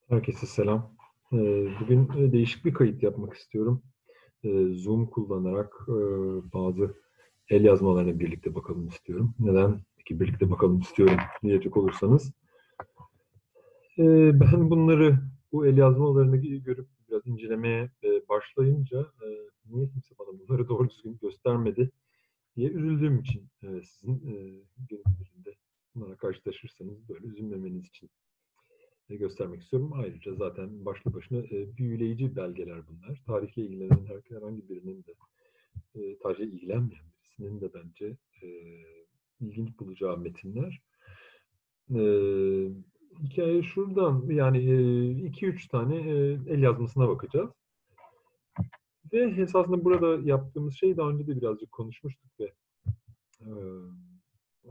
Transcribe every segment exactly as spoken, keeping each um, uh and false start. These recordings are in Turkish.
Herkese selam. Ee, Bugün e, değişik bir kayıt yapmak istiyorum. Ee, Zoom kullanarak e, bazı el yazmalarına birlikte bakalım istiyorum. Neden peki birlikte bakalım istiyorum diyecek olursanız. e, Ben bunları, bu el yazmalarını görüp biraz incelemeye e, başlayınca e, niye kimse bana bunları doğru düzgün göstermedi diye üzüldüğüm için e, sizin e, günlerinde bunlara karşılaşırsanız böyle üzülmemeniz için e, göstermek istiyorum. Ayrıca zaten başlı başına e, büyüleyici belgeler bunlar. Tarihle ilgilenen her- herhangi birinin de, e, tarihle ilgilenmeyen birisinin de bence e, ilginç bulacağı metinler. E, Hikaye şuradan, yani e, iki üç tane e, el yazmasına bakacağız. Ve esasında burada yaptığımız şey daha önce de birazcık konuşmuştuk ve e, e,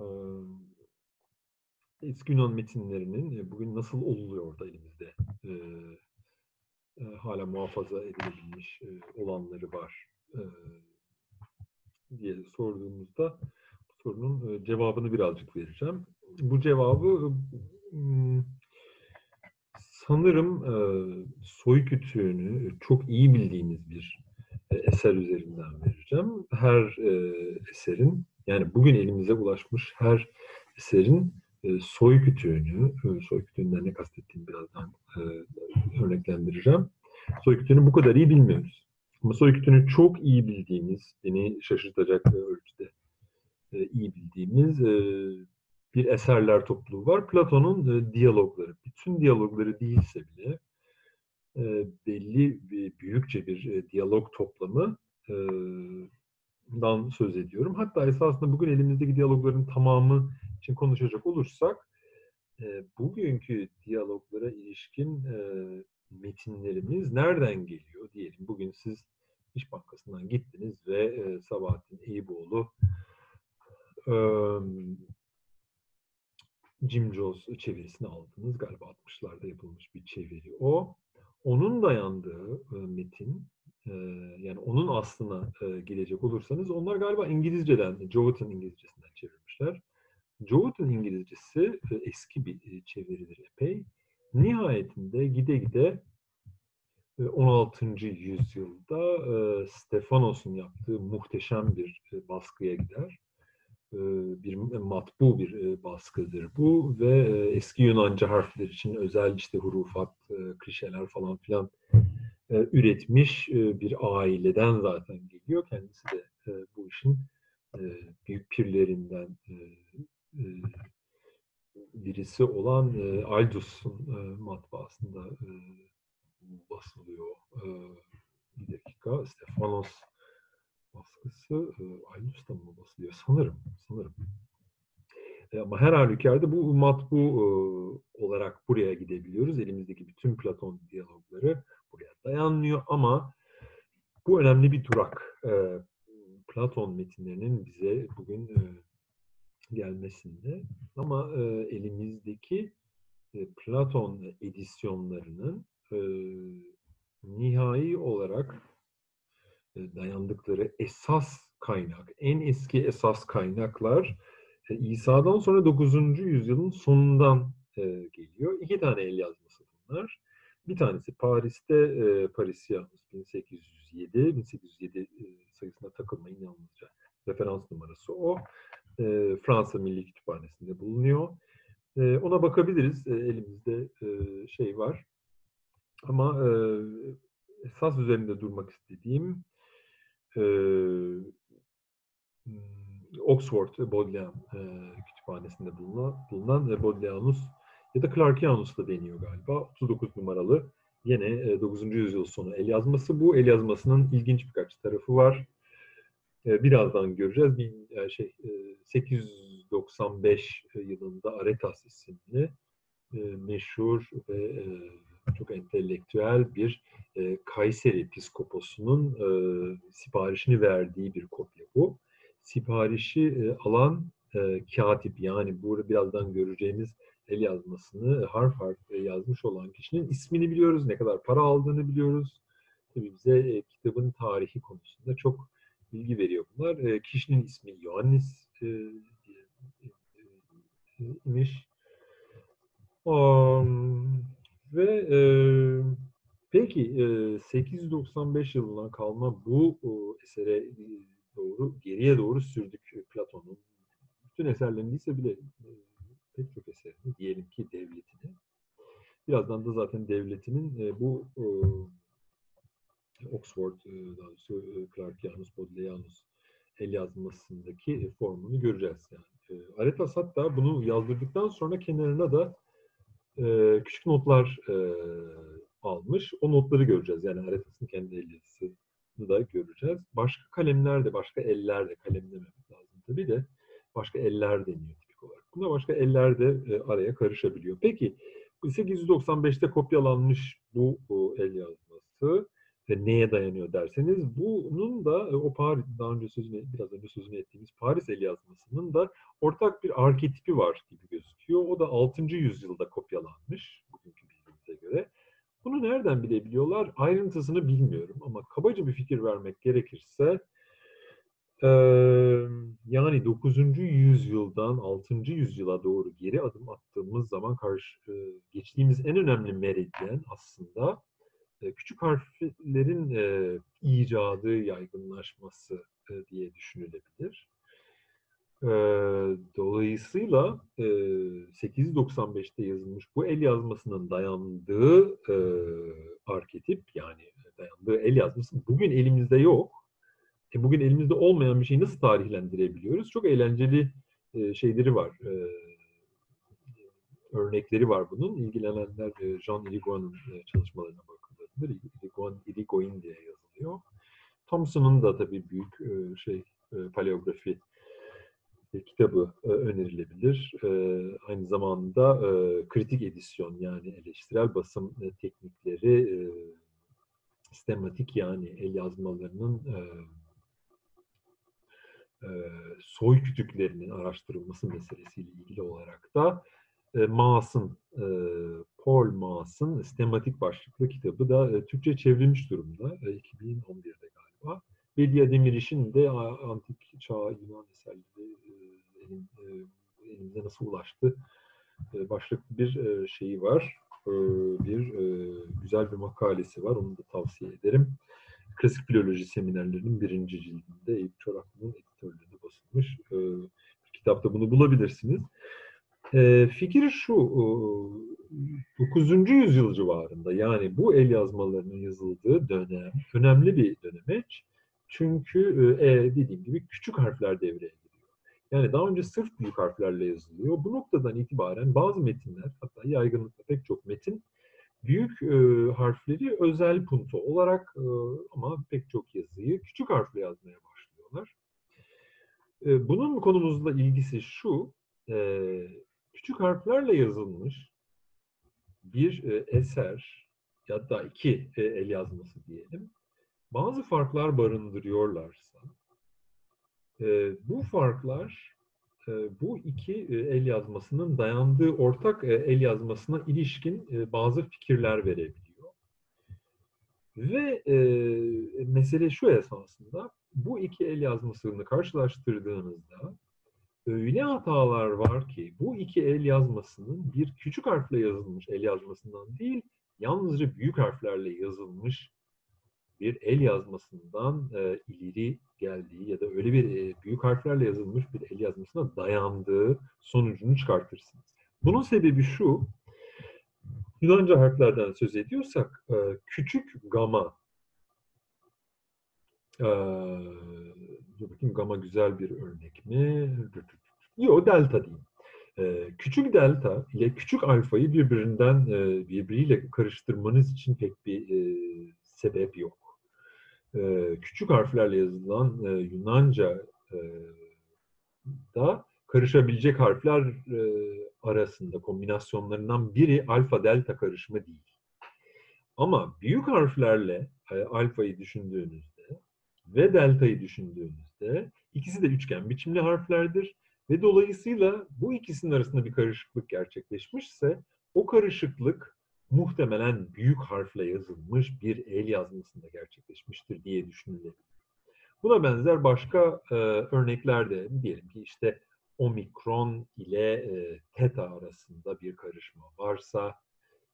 eski Yunan metinlerinin e, bugün nasıl oluyor da elimizde e, e, hala muhafaza edilebilmiş e, olanları var e, diye sorduğumuzda bu sorunun e, cevabını birazcık vereceğim. Bu cevabı m, sanırım e, soy kütüğünü çok iyi bildiğimiz bir e, eser üzerinden vereceğim. Her e, eserin, yani bugün elimize ulaşmış her eserin e, soy kütüğünü, e, soy kütüğünden ne kastettiğimi birazdan e, örneklendireceğim. Soy kütüğünü bu kadar iyi bilmiyoruz. Ama soy kütüğünü çok iyi bildiğimiz, beni şaşırtacak ölçüde e, iyi bildiğimiz e, bir eserler topluluğu var. Platon'un e, diyalogları. Bütün diyalogları değilse bile e, belli bir büyükçe bir e, diyalog toplamı e, dan söz ediyorum. Hatta esasında bugün elimizdeki diyalogların tamamı için konuşacak olursak e, bugünkü diyaloglara ilişkin e, metinlerimiz nereden geliyor diyelim. Bugün siz İş Bankası'ndan gittiniz ve e, Sabahattin Eyüboğlu e, Jim Jones çevirisini aldınız. Galiba altmışlarda yapılmış bir çeviri o. Onun dayandığı e, metin, e, yani onun aslına e, gelecek olursanız, onlar galiba İngilizceden, Jowet'in İngilizcesinden çevirmişler. Jowet'in İngilizcesi e, eski bir e, çeviridir epey. Nihayetinde gide gide e, on altıncı yüzyılda e, Stefanos'un yaptığı muhteşem bir e, baskıya gider. E, bir matbu bir e, baskıdır bu ve e, eski Yunanca harfler için özel işte hurufat, e, klişeler falan filan e, üretmiş e, bir aileden zaten geliyor. Kendisi de e, bu işin e, büyük pirlerinden e, e, birisi olan e, Aldus'un e, matbaasında e, basılıyor. E, bir dakika, Stefanos baskısı e, Aldus'ta mı basılıyor? Sanırım, sanırım. E, ama her halükarda bu matbu e, olarak buraya gidebiliyoruz. Elimizdeki bütün Platon diyalogları buraya dayanmıyor ama bu önemli bir durak. E, Platon metinlerinin bize bugün e, gelmesinde. Ama e, elimizdeki e, Platon edisyonlarının e, nihai olarak e, dayandıkları esas kaynak, en eski esas kaynaklar e, İsa'dan sonra dokuzuncu yüzyılın sonundan e, geliyor. İki tane el yazması bunlar. Bir tanesi Paris'te e, Parisianus bin sekiz yüz yedi, bin sekiz yüz yedi e, sayısına takılmayın, yalnızca referans numarası o. E, Fransa Milli Kütüphanesi'nde bulunuyor. E, ona bakabiliriz. E, elimizde e, şey var. Ama e, esas üzerinde durmak istediğim e, Oxford Bodleian e, kütüphanesinde bulunan, bulunan e, Bodleianus ya da Clarkianus da deniyor galiba. otuz dokuz numaralı yine e, dokuzuncu yüzyıl sonu el yazması. Bu el yazmasının ilginç birkaç tarafı var. E, birazdan göreceğiz. Bir, yani şey, e, sekiz yüz doksan beş yılında Aretas isimli e, meşhur ve e, çok entelektüel bir e, Kayseri Piskoposu'nun e, siparişini verdiği bir kopya bu. Siparişi e, alan e, katip, yani burada birazdan göreceğimiz el yazmasını harf harf e, yazmış olan kişinin ismini biliyoruz, ne kadar para aldığını biliyoruz. Tabii bize e, kitabın tarihi konusunda çok bilgi veriyor bunlar. E, kişinin ismi Ioannis e, diye e, e, imiş. Um, Ve e, peki e, sekiz yüz doksan beş yılından kalma bu o, esere e, doğru, geriye doğru sürdük Platon'un. Bütün eserlerini değilse bile e, pek çok eserini, diyelim ki devletini. Birazdan da zaten devletinin e, bu e, Oxford, e, daha doğrusu e, Clarkianus, Bodleianus el yazmasındaki formunu göreceğiz. Yani. E, Aretas hatta bunu yazdırdıktan sonra kenarına da e, küçük notlar e, almış. O notları göreceğiz. Yani Aretas'ın kendi el yazısını da göreceğiz. Başka kalemler de, başka eller de, kalem dememek lazım tabii de, başka eller deniyor tipik olarak. Buna başka eller de e, araya karışabiliyor. Peki, sekiz yüz doksan beşte kopyalanmış bu, bu el yazması ve neye dayanıyor derseniz, bunun da e, o Paris, daha önce sözünü, biraz önce sözünü ettiğimiz Paris el yazmasının da ortak bir arketipi var gibi gözüküyor. O da altıncı yüzyılda kopyalanmış bugünkü bildiğimize göre. Bunu nereden bilebiliyorlar? Ayrıntısını bilmiyorum ama kabaca bir fikir vermek gerekirse e, yani dokuzuncu yüzyıldan altıncı yüzyıla doğru geri adım attığımız zaman karşı e, geçtiğimiz en önemli meridyen aslında e, küçük harflerin e, icadı, yaygınlaşması e, diye düşünülebilir. E, dolayısıyla e, sekiz yüz doksan beşte yazılmış bu el yazmasının dayandığı e, arketip, yani dayandığı el yazması bugün elimizde yok. E, bugün elimizde olmayan bir şeyi nasıl tarihlendirebiliyoruz? Çok eğlenceli e, şeyleri var. E, örnekleri var bunun. İlgilenenler e, Jean Irigoyen'in e, çalışmalarına bakılabilir. Irigoyen, Irigoyen diye yazılıyor. Thomson'un da tabii büyük e, şey e, paleografi e, kitabı e, önerilebilir. E, aynı zamanda e, kritik edisyon, yani eleştirel basım e, teknikleri, e, sistematik, yani el yazmalarının e, e, soy kütüklerinin araştırılması meselesiyle ilgili olarak da e, Maas'ın, e, Paul Maas'ın sistematik başlıklı kitabı da e, Türkçe çevrilmiş durumda. E, iki bin on birde galiba. Bedia Demiriş'in de Antik Çağ Yunan eserleri e, elim, e, elimize nasıl ulaştı e, başlıklı bir e, şeyi var. E, bir e, güzel bir makalesi var. Onu da tavsiye ederim. Klasik Filoloji Seminerlerinin birinci cildinde Eyüp Çoraklı'nın editörlüğünde basılmış. E, kitapta bunu bulabilirsiniz. E, fikir şu, e, dokuzuncu yüzyıl civarında, yani bu el yazmalarının yazıldığı dönem önemli bir dönemeç. Çünkü e, dediğim gibi küçük harfler devreye giriyor. Yani daha önce sırf büyük harflerle yazılıyor. Bu noktadan itibaren bazı metinler, hatta yaygınlıkla pek çok metin, büyük e, harfleri özel punto olarak e, ama pek çok yazıyı küçük harfle yazmaya başlıyorlar. E, bunun konumuzla ilgisi şu, e, küçük harflerle yazılmış bir e, eser ya da iki e, el yazması diyelim, bazı farklar barındırıyorlarsa, e, bu farklar e, bu iki e, el yazmasının dayandığı ortak e, el yazmasına ilişkin e, bazı fikirler verebiliyor. Ve e, mesele şu esasında, bu iki el yazmasını karşılaştırdığınızda öyle hatalar var ki bu iki el yazmasının bir küçük harfle yazılmış el yazmasından değil, yalnızca büyük harflerle yazılmış bir el yazmasından e, ileri geldiği ya da öyle bir e, büyük harflerle yazılmış bir el yazmasına dayandığı sonucunu çıkartırsınız. Bunun sebebi şu, Yunanca harflerden söz ediyorsak e, küçük gama, e, dur bakayım, gama güzel bir örnek mi? Yok, delta diyeyim. E, küçük delta ile küçük alfayı birbirinden e, birbiriyle karıştırmanız için pek bir e, sebep yok. E, küçük harflerle yazılan e, Yunanca e, da karışabilecek harfler e, arasında kombinasyonlarından biri alfa delta karışımı değil. Ama büyük harflerle e, alfayı düşündüğünüzde ve deltayı düşündüğünüzde ikisi de üçgen biçimli harflerdir ve dolayısıyla bu ikisinin arasında bir karışıklık gerçekleşmişse o karışıklık muhtemelen büyük harfle yazılmış bir el yazmasında gerçekleşmiştir diye düşünülebilir. Buna benzer başka e, örnekler de, diyelim ki işte omikron ile e, teta arasında bir karışma varsa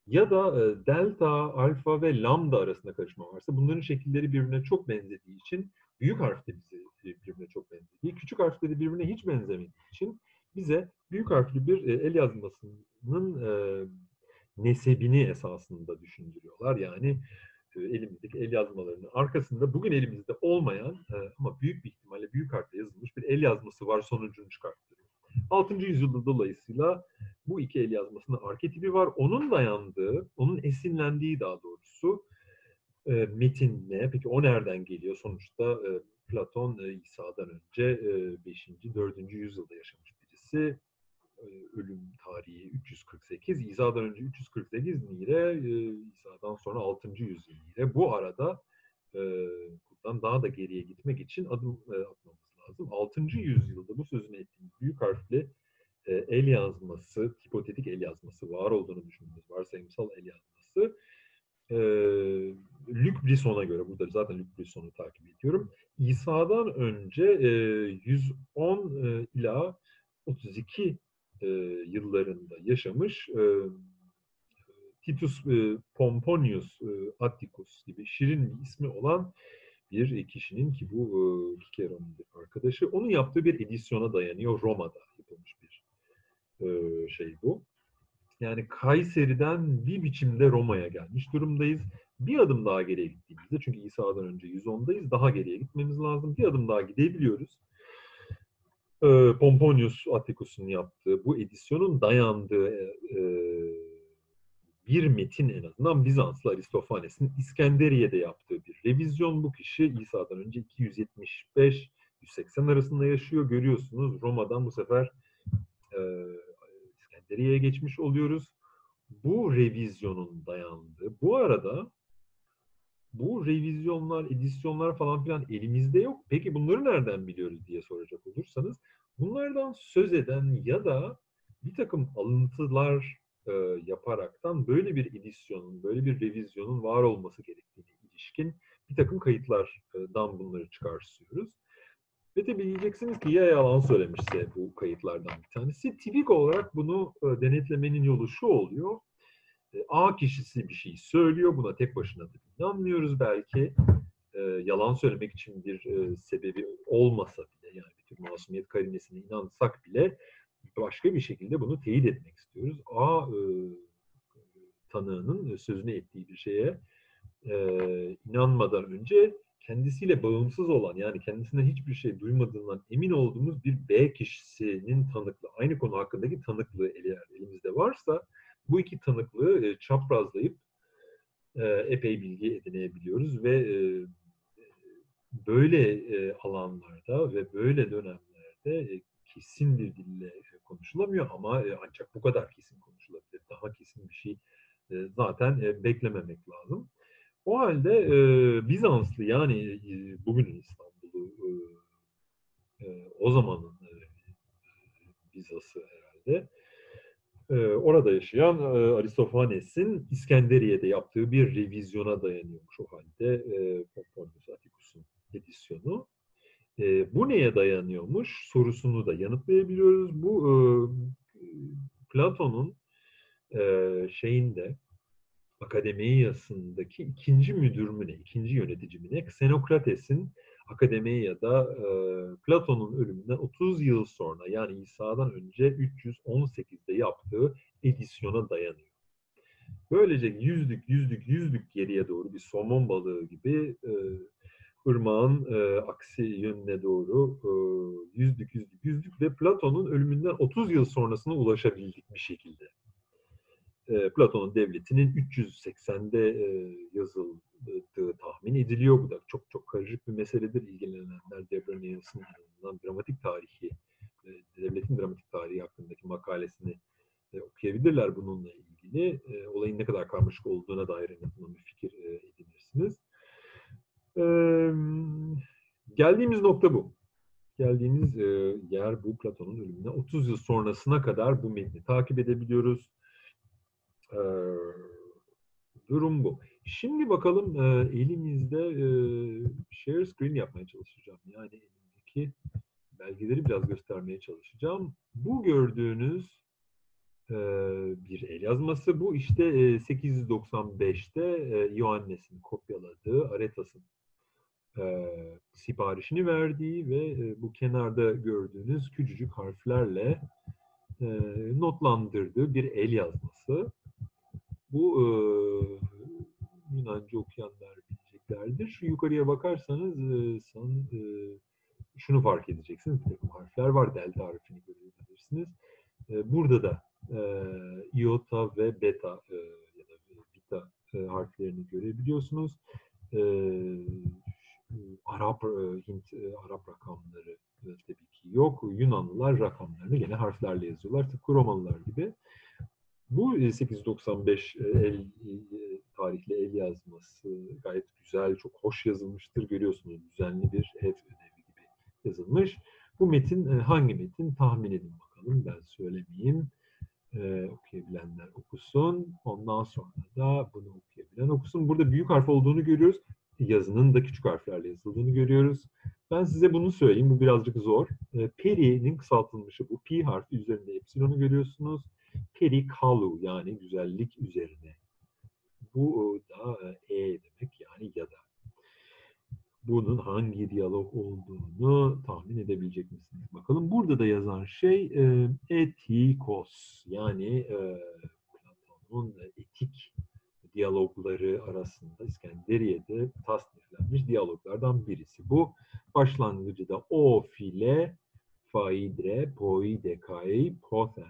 ya da e, delta, alfa ve lambda arasında karışma varsa bunların şekilleri birbirine çok benzediği için büyük harf de bize birbirine çok benzediği, küçük harfleri birbirine hiç benzemediği için bize büyük harfli bir e, el yazmasının e, nesebini esasında düşündürüyorlar. Yani e, elimizdeki el yazmalarının arkasında bugün elimizde olmayan e, ama büyük bir ihtimalle büyük harfle yazılmış bir el yazması var sonucunu çıkarttırıyor. altıncı yüzyılda dolayısıyla bu iki el yazmasının arketipi var. Onun dayandığı, onun esinlendiği daha doğrusu e, metin ne? Peki o nereden geliyor? Sonuçta e, Platon e, İsa'dan önce e, beşinci. dördüncü yüzyılda yaşamış birisi. E, ölüm tarihi üç yüz kırk sekiz, İsa'dan önce üç yüz kırk sekiz Nire, e, İsa'dan sonra altıncı yüzyıl Nire. Bu arada e, buradan daha da geriye gitmek için adım e, atmamız lazım. altıncı yüzyılda bu sözünü ettiğimiz büyük harfli e, el yazması, hipotetik el yazması var olduğunu düşündüğümüz varsayımsal el yazması e, Luc Brisson'a göre, burada zaten Luc Brisson'u takip ediyorum. İsa'dan önce e, yüz on e, ila otuz iki e, yıllarında yaşamış e, Titus e, Pomponius e, Atticus gibi şirin bir ismi olan bir kişinin ki bu e, Cicero'nun bir arkadaşı. Onun yaptığı bir edisyona dayanıyor. Roma'da yapılmış bir e, şey bu. Yani Kayseri'den bir biçimde Roma'ya gelmiş durumdayız. Bir adım daha geriye gittiğimizde, çünkü İsa'dan önce yüz ondayız, daha geriye gitmemiz lazım. Bir adım daha gidebiliyoruz. E, Pomponius Atticus'un yaptığı, bu edisyonun dayandığı e, bir metin en azından Bizanslı Aristofanes'in İskenderiye'de yaptığı bir revizyon. Bu kişi İsa'dan önce iki yüz yetmiş beş yüz seksen arasında yaşıyor. Görüyorsunuz Roma'dan bu sefer e, İskenderiye'ye geçmiş oluyoruz. Bu revizyonun dayandığı, bu arada bu revizyonlar, edisyonlar falan filan elimizde yok. Peki bunları nereden biliyoruz diye soracak olursanız, bunlardan söz eden ya da bir takım alıntılar e, yaparaktan böyle bir edisyonun, böyle bir revizyonun var olması gerektiğine ilişkin bir takım kayıtlardan bunları çıkartıyoruz. Ve tabii diyeceksiniz ki ya yalan söylemişse bu kayıtlardan bir tanesi. Tipik olarak bunu e, denetlemenin yolu şu oluyor. A kişisi bir şey söylüyor. Buna tek başına da inanmıyoruz belki. E, yalan söylemek için bir e, sebebi olmasa bile, yani bir tür masumiyet karinesine inansak bile başka bir şekilde bunu teyit etmek istiyoruz. A e, tanığının sözünü ettiği bir şeye e, inanmadan önce kendisiyle bağımsız olan, yani kendisinden hiçbir şey duymadığından emin olduğumuz bir B kişisinin tanıklığı, aynı konu hakkındaki tanıklığı eğer elimizde varsa bu iki tanıklığı e, çaprazlayıp e, epey bilgi edinebiliyoruz ve e, böyle e, alanlarda ve böyle dönemlerde e, kesin bir dille e, konuşulamıyor ama e, ancak bu kadar kesin konuşulabilir. Daha kesin bir şey e, zaten e, beklememek lazım. O halde e, Bizanslı, yani e, bugünün İstanbul'u, e, e, o zamanın e, Bizans'ı herhalde, e, orada yaşayan e, Aristofanes'in İskenderiye'de yaptığı bir revizyona dayanıyormuş o halde e, Pomponius Atticus'un edisyonu. E, bu neye dayanıyormuş sorusunu da yanıtlayabiliyoruz. Bu e, Platon'un e, şeyinde, Akademiyası'ndaki ikinci müdür mü ne, ikinci yönetici mi ne, Xenokrates'in Akademiya'da e, Platon'un ölümünden otuz yıl sonra, yani İsa'dan önce üç yüz on sekizde yaptığı edisyona dayanıyor. Böylece yüzlük yüzlük yüzlük geriye doğru bir somon balığı gibi e, ırmağın e, aksi yönüne doğru e, yüzlük yüzlük yüzlük ve Platon'un ölümünden otuz yıl sonrasına ulaşabildik bir şekilde. E, Platon'un devletinin üç yüz seksende e, yazıldığı tahmin ediliyor. Bu da çok çok karışık bir meseledir. İlgilenenler Debranius'un dramatik tarihi, e, devletin dramatik tarihi hakkındaki makalesini e, okuyabilirler bununla ilgili. E, olayın ne kadar karmaşık olduğuna dair en azından bir fikir e, edinirsiniz. E, geldiğimiz nokta bu. Geldiğimiz e, yer bu, Platon'un ölümüne otuz yıl sonrasına kadar bu metni takip edebiliyoruz. E, durum bu. Şimdi bakalım, e, elimizde e, share screen yapmaya çalışacağım. Yani elimdeki belgeleri biraz göstermeye çalışacağım. Bu gördüğünüz e, bir el yazması. Bu işte e, sekiz yüz doksan beşte e, Ioannes'in kopyaladığı Aretas'ın e, siparişini verdiği ve e, bu kenarda gördüğünüz küçücük harflerle e, notlandırdığı bir el yazması. Bu e, Yunanca okuyanlar bileceklerdir. Şu yukarıya bakarsanız e, san, e, şunu fark edeceksiniz. Bir takım harfler var. Delta harfini görebilirsiniz. E, burada da e, iota ve beta e, ya da beta e, harflerini görebiliyorsunuz. E, Arap, e, Hint e, Arap rakamları e, tabii ki yok. Yunanlılar rakamlarını gene harflerle yazıyorlar. Tıpkı Romalılar gibi. Bu sekiz yüz doksan beş el, tarihli el yazması gayet güzel, çok hoş yazılmıştır. Görüyorsunuz düzenli bir ev ödevi gibi yazılmış. Bu metin hangi metin? Tahmin edin bakalım. Ben söylemeyeyim. Ee, okuyabilenler okusun. Ondan sonra da bunu okuyabilen okusun. Burada büyük harf olduğunu görüyoruz. Yazının da küçük harflerle yazıldığını görüyoruz. Ben size bunu söyleyeyim. Bu birazcık zor. Ee, Peri'nin kısaltılmışı bu. Pi harfi üzerinde epsilonu görüyorsunuz. Perikalu yani güzellik üzerine. Bu da e demek yani ya da. Bunun hangi diyalog olduğunu tahmin edebilecek misiniz? Bakalım burada da yazan şey e, etikos yani e, Platon'un etik diyalogları arasında İskenderiye'de tasniflenmiş diyaloglardan birisi. Bu başlangıcı da o file faidre poidekai pothen.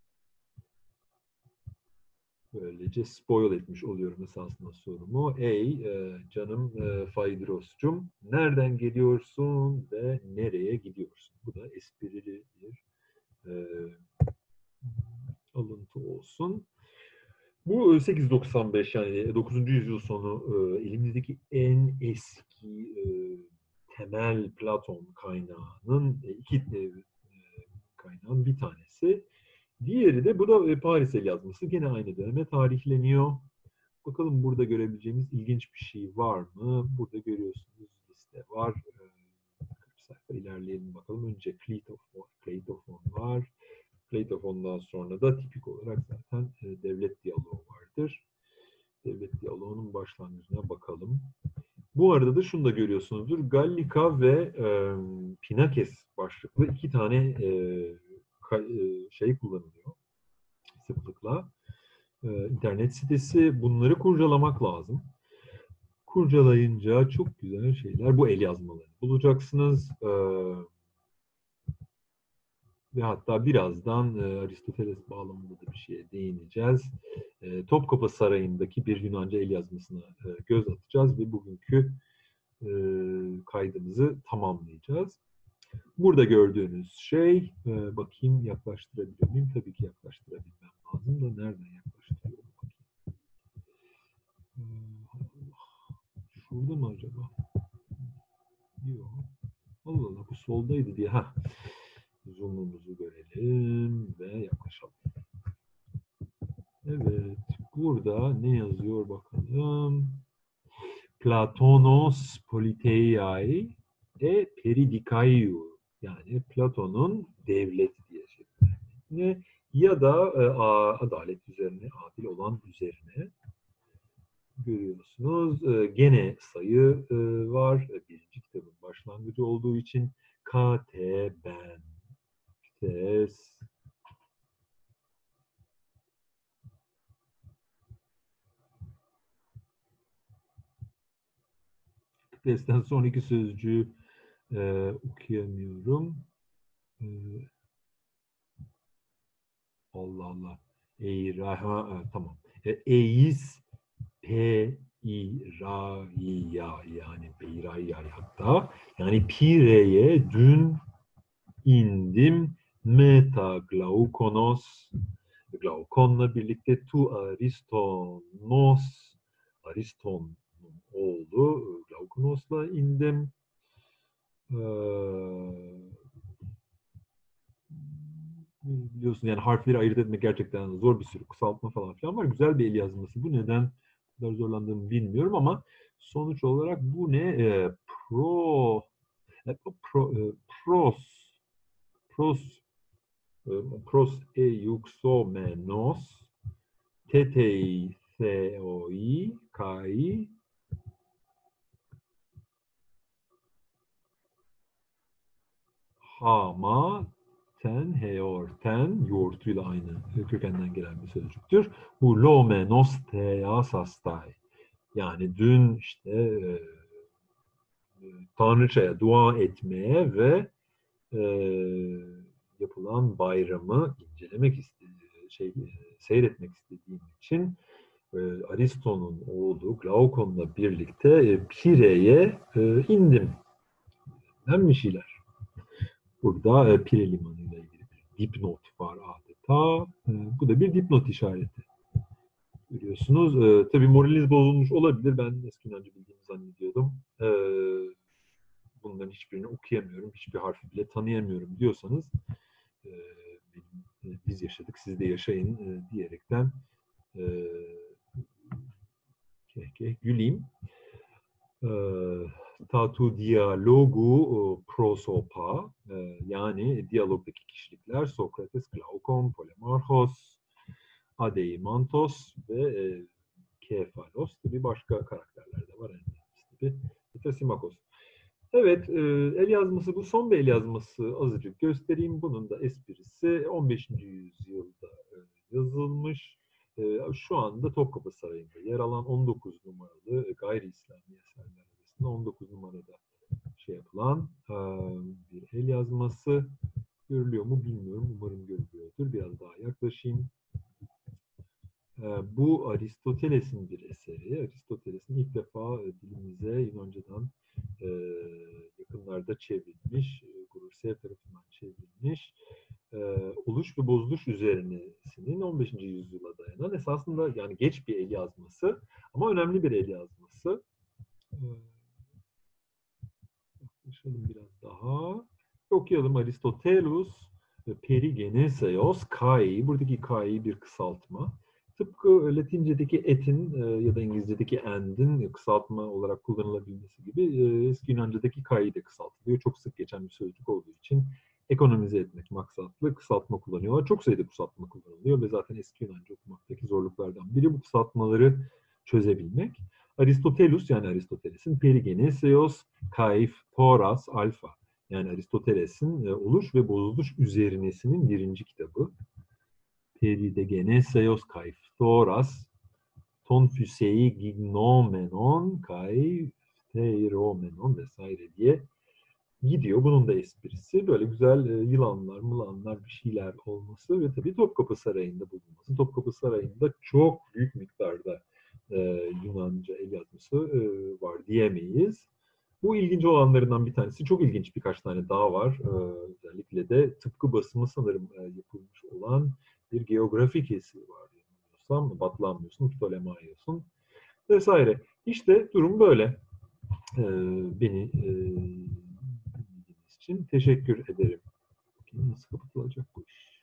Böylece spoil etmiş oluyorum esasında sorumu. Ey e, canım e, Faydros'cum, nereden geliyorsun ve nereye gidiyorsun? Bu da esprili bir e, alıntı olsun. Bu sekiz yüz doksan beş yani dokuzuncu yüzyıl sonu e, elimizdeki en eski e, temel Platon kaynağının e, iki e, kaynağın bir tanesi. Diğeri de bu da Paris el yazması. Gene aynı döneme tarihleniyor. Bakalım burada görebileceğimiz ilginç bir şey var mı? Burada görüyorsunuz liste var. kırk sayfa ilerleyelim bakalım. Önce Kleitofon, Kleitofon var. Kleitofon'dan sonra da tipik olarak zaten devlet diyaloğu vardır. Devlet diyaloğunun başlangıcına bakalım. Bu arada da şunu da görüyorsunuzdur. Gallica ve e, Pinakes başlıklı iki tane e, şey kullanılıyor sıklıkla. İnternet sitesi. Bunları kurcalamak lazım. Kurcalayınca çok güzel şeyler. Bu el yazmaları bulacaksınız. Ve hatta birazdan Aristoteles bağlamında da bir şeye değineceğiz. Topkapı Sarayı'ndaki bir Yunanca el yazmasına göz atacağız ve bugünkü kaydımızı tamamlayacağız. Burada gördüğünüz şey, bakayım yaklaştırabiliyor muyum? Tabii ki yaklaştırabilmem lazım da nereden yaklaştırıyorum? Şurada mı acaba? Yok. Allah Allah bu soldaydı diye. Ha. Zoom'umuzu görelim ve yaklaşalım. Evet. Burada ne yazıyor bakalım. Platonos politeiai e peridikaiou. Yani Platon'un devlet diye şeklinde. Ya da e, adalet üzerine, adil olan üzerine. Görüyorsunuz. E, gene sayı e, var. Birinci kitabın başlangıcı olduğu için K T ben Tes Tes'ten sonraki sözcüğü e, okuyamıyorum. E, Allah Allah. Eira, ha, e, tamam. E, Eis P I Ra ya yani Peiraya hatta yani Pire'ye dün indim meta glaukonos glaukonla birlikte tu Aristonos Ariston'un oğlu Glaukonos'la indim. Ee, biliyorsun yani harfleri ayırt etmek gerçekten zor, bir sürü kısaltma falan filan var. Güzel bir el yazması. Bu neden bu kadar zorlandığımı bilmiyorum ama sonuç olarak bu ne? Ee, pro, e, pro e, pros pros pros euxomenos tetei theoi kai hama ten heor. Ten yoğurtuyla aynı kökenden gelen bir sözcüktür. Bu lomenos theasastai. Yani dün işte e, Tanrıçaya dua etmeye ve e, yapılan bayramı incelemek istediğim, şey, seyretmek istediğim için e, Aristo'nun oğlu Glaukon'la birlikte e, Pire'ye e, indim. Hem bir şeyler. Burada e, Pire Limanı ile ilgili bir dipnot var adeta. E, bu da bir dipnot işareti. Görüyorsunuz. E, tabii moraliniz bozulmuş olabilir. Ben eski Yunanca bildiğimi zannediyordum. E, bunların hiçbirini okuyamıyorum. Hiçbir harfi bile tanıyamıyorum diyorsanız e, benim, e, biz yaşadık, siz de yaşayın e, diyerekten e, keh keh güleyim. E, tatu dialogu prosopa e, yani diyalogdaki kişilikler Sokrates, Glaukon, Polemarchos, Adeimantos ve e, Kefalos gibi başka karakterler de var. Yani, Trasimakos. Evet, e, el yazması bu. Son bir el yazması azıcık göstereyim. Bunun da esprisi on beşinci yüzyılda e, yazılmış. E, şu anda Topkapı Sarayı'nda yer alan on dokuz numaralı gayri İslami eserler arasında on dokuz numarada şey yapılan e, bir el yazması. Görülüyor mu bilmiyorum. Umarım görülüyordur. Biraz daha yaklaşayım. Bu Aristoteles'in bir eseri. Aristoteles'in ilk defa dilimize Yunanca'dan e, yakınlarda çevrilmiş, Grursev tarafından çevrilmiş e, oluş ve bozuluş üzerinesinin on beşinci yüzyıla dayanan esasında yani geç bir el yazması ama önemli bir el yazması. E, yaklaşalım biraz daha. Okuyalım. Aristoteles Perigeneseos Kai. Buradaki Kai bir kısaltma. Tıpkı Latince'deki etin ya da İngilizce'deki and'in kısaltma olarak kullanılabilmesi gibi eski Yunanca'daki Kai'yi de kısaltılıyor. Çok sık geçen bir sözcük olduğu için ekonomize etmek maksatlı kısaltma kullanıyorlar. Çok sayıda kısaltma kullanılıyor ve zaten eski Yunanca okumaktaki zorluklardan biri bu kısaltmaları çözebilmek. Aristoteles yani Aristoteles'in Perigeneseos Kai Thoras Alpha yani Aristoteles'in oluş ve bozuluş üzerinesinin birinci kitabı. Perigeneseos kai Thoras ton füsei gignomenon kai theiromenon vesaire diye gidiyor. Bunun da esprisi böyle güzel e, yılanlar, mılanlar bir şeyler olması ve tabii Topkapı Sarayı'nda bulunması. Topkapı Sarayı'nda çok büyük miktarda e, Yunanca el yazması e, var diyemeyiz. Bu ilginç olanlarından bir tanesi. Çok ilginç birkaç tane daha var. Ee, özellikle de tıpkı basımı sanırım e, yapılmış olan bir geografik eseri var. Yanılmıyorsam, Batlamyos'un, Ptolemaios'un vesaire. İşte durum böyle. Ee, beni e, dinlediğiniz için teşekkür ederim. Nasıl kapatılacak bu iş?